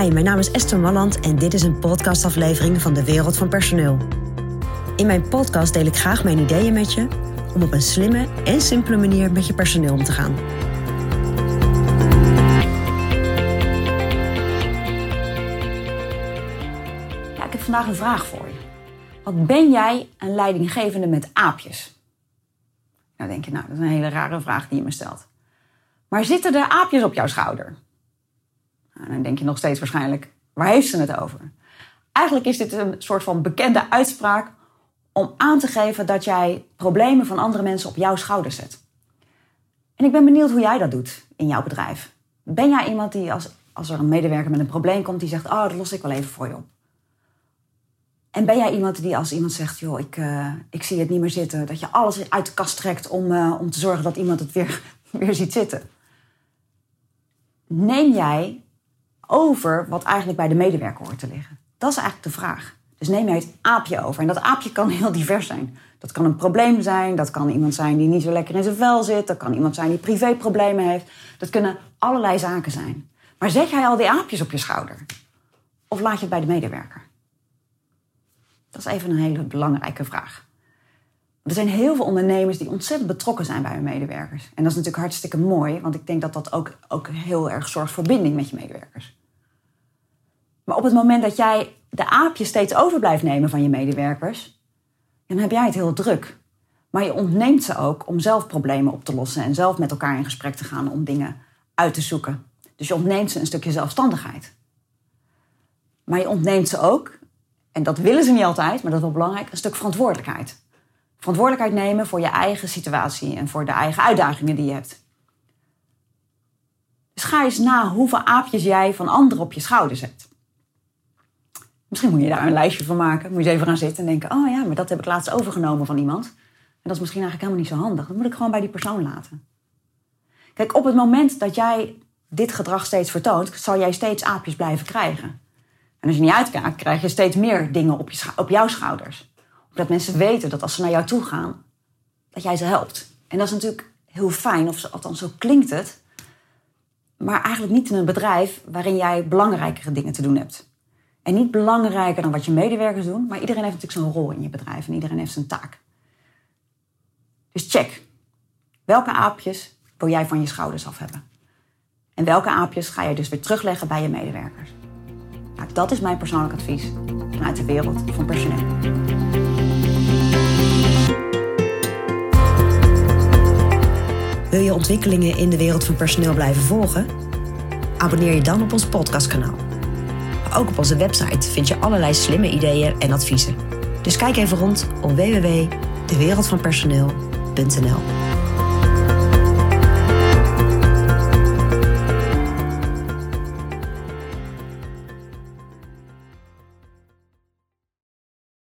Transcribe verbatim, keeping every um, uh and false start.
Hi, mijn naam is Esther Malland en dit is een podcastaflevering van de Wereld van Personeel. In mijn podcast deel ik graag mijn ideeën met je om op een slimme en simpele manier met je personeel om te gaan. Ja, ik heb vandaag een vraag voor je. Wat ben jij een leidinggevende met aapjes? Nou denk je, nou, dat is een hele rare vraag die je me stelt. Maar zitten er aapjes op jouw schouder? Nou, dan denk je nog steeds waarschijnlijk, waar heeft ze het over? Eigenlijk is dit een soort van bekende uitspraak om aan te geven dat jij problemen van andere mensen op jouw schouders zet. En ik ben benieuwd hoe jij dat doet in jouw bedrijf. Ben jij iemand die als, als er een medewerker met een probleem komt, die zegt, oh, dat los ik wel even voor je op? En ben jij iemand die als iemand zegt, joh, ik, uh, ik zie het niet meer zitten, dat je alles uit de kast trekt om, uh, om te zorgen dat iemand het weer, weer ziet zitten? Neem jij over wat eigenlijk bij de medewerker hoort te liggen? Dat is eigenlijk de vraag. Dus neem jij het aapje over. En dat aapje kan heel divers zijn. Dat kan een probleem zijn. Dat kan iemand zijn die niet zo lekker in zijn vel zit. Dat kan iemand zijn die privéproblemen heeft. Dat kunnen allerlei zaken zijn. Maar zet jij al die aapjes op je schouder? Of laat je het bij de medewerker? Dat is even een hele belangrijke vraag. Er zijn heel veel ondernemers die ontzettend betrokken zijn bij hun medewerkers. En dat is natuurlijk hartstikke mooi. Want ik denk dat dat ook, ook heel erg zorgt voor binding met je medewerkers. Maar op het moment dat jij de aapjes steeds over blijft nemen van je medewerkers, dan heb jij het heel druk. Maar je ontneemt ze ook om zelf problemen op te lossen en zelf met elkaar in gesprek te gaan om dingen uit te zoeken. Dus je ontneemt ze een stukje zelfstandigheid. Maar je ontneemt ze ook, en dat willen ze niet altijd, maar dat is wel belangrijk, een stuk verantwoordelijkheid. Verantwoordelijkheid nemen voor je eigen situatie en voor de eigen uitdagingen die je hebt. Dus ga eens na hoeveel aapjes jij van anderen op je schouder zet. Misschien moet je daar een lijstje van maken. Moet je even gaan zitten en denken, oh ja, maar dat heb ik laatst overgenomen van iemand. En dat is misschien eigenlijk helemaal niet zo handig. Dat moet ik gewoon bij die persoon laten. Kijk, op het moment dat jij dit gedrag steeds vertoont, zal jij steeds aapjes blijven krijgen. En als je niet uitkijkt, krijg je steeds meer dingen op, je scha- op jouw schouders. Omdat mensen weten dat als ze naar jou toe gaan, dat jij ze helpt. En dat is natuurlijk heel fijn, of althans zo klinkt het. Maar eigenlijk niet in een bedrijf waarin jij belangrijkere dingen te doen hebt. En niet belangrijker dan wat je medewerkers doen, maar iedereen heeft natuurlijk zijn rol in je bedrijf en iedereen heeft zijn taak. Dus check. Welke aapjes wil jij van je schouders af hebben? En welke aapjes ga je dus weer terugleggen bij je medewerkers? Nou, dat is mijn persoonlijk advies vanuit de wereld van personeel. Wil je ontwikkelingen in de wereld van personeel blijven volgen? Abonneer je dan op ons podcastkanaal. Ook op onze website vind je allerlei slimme ideeën en adviezen. Dus kijk even rond op w w w punt de wereld van personeel punt n l.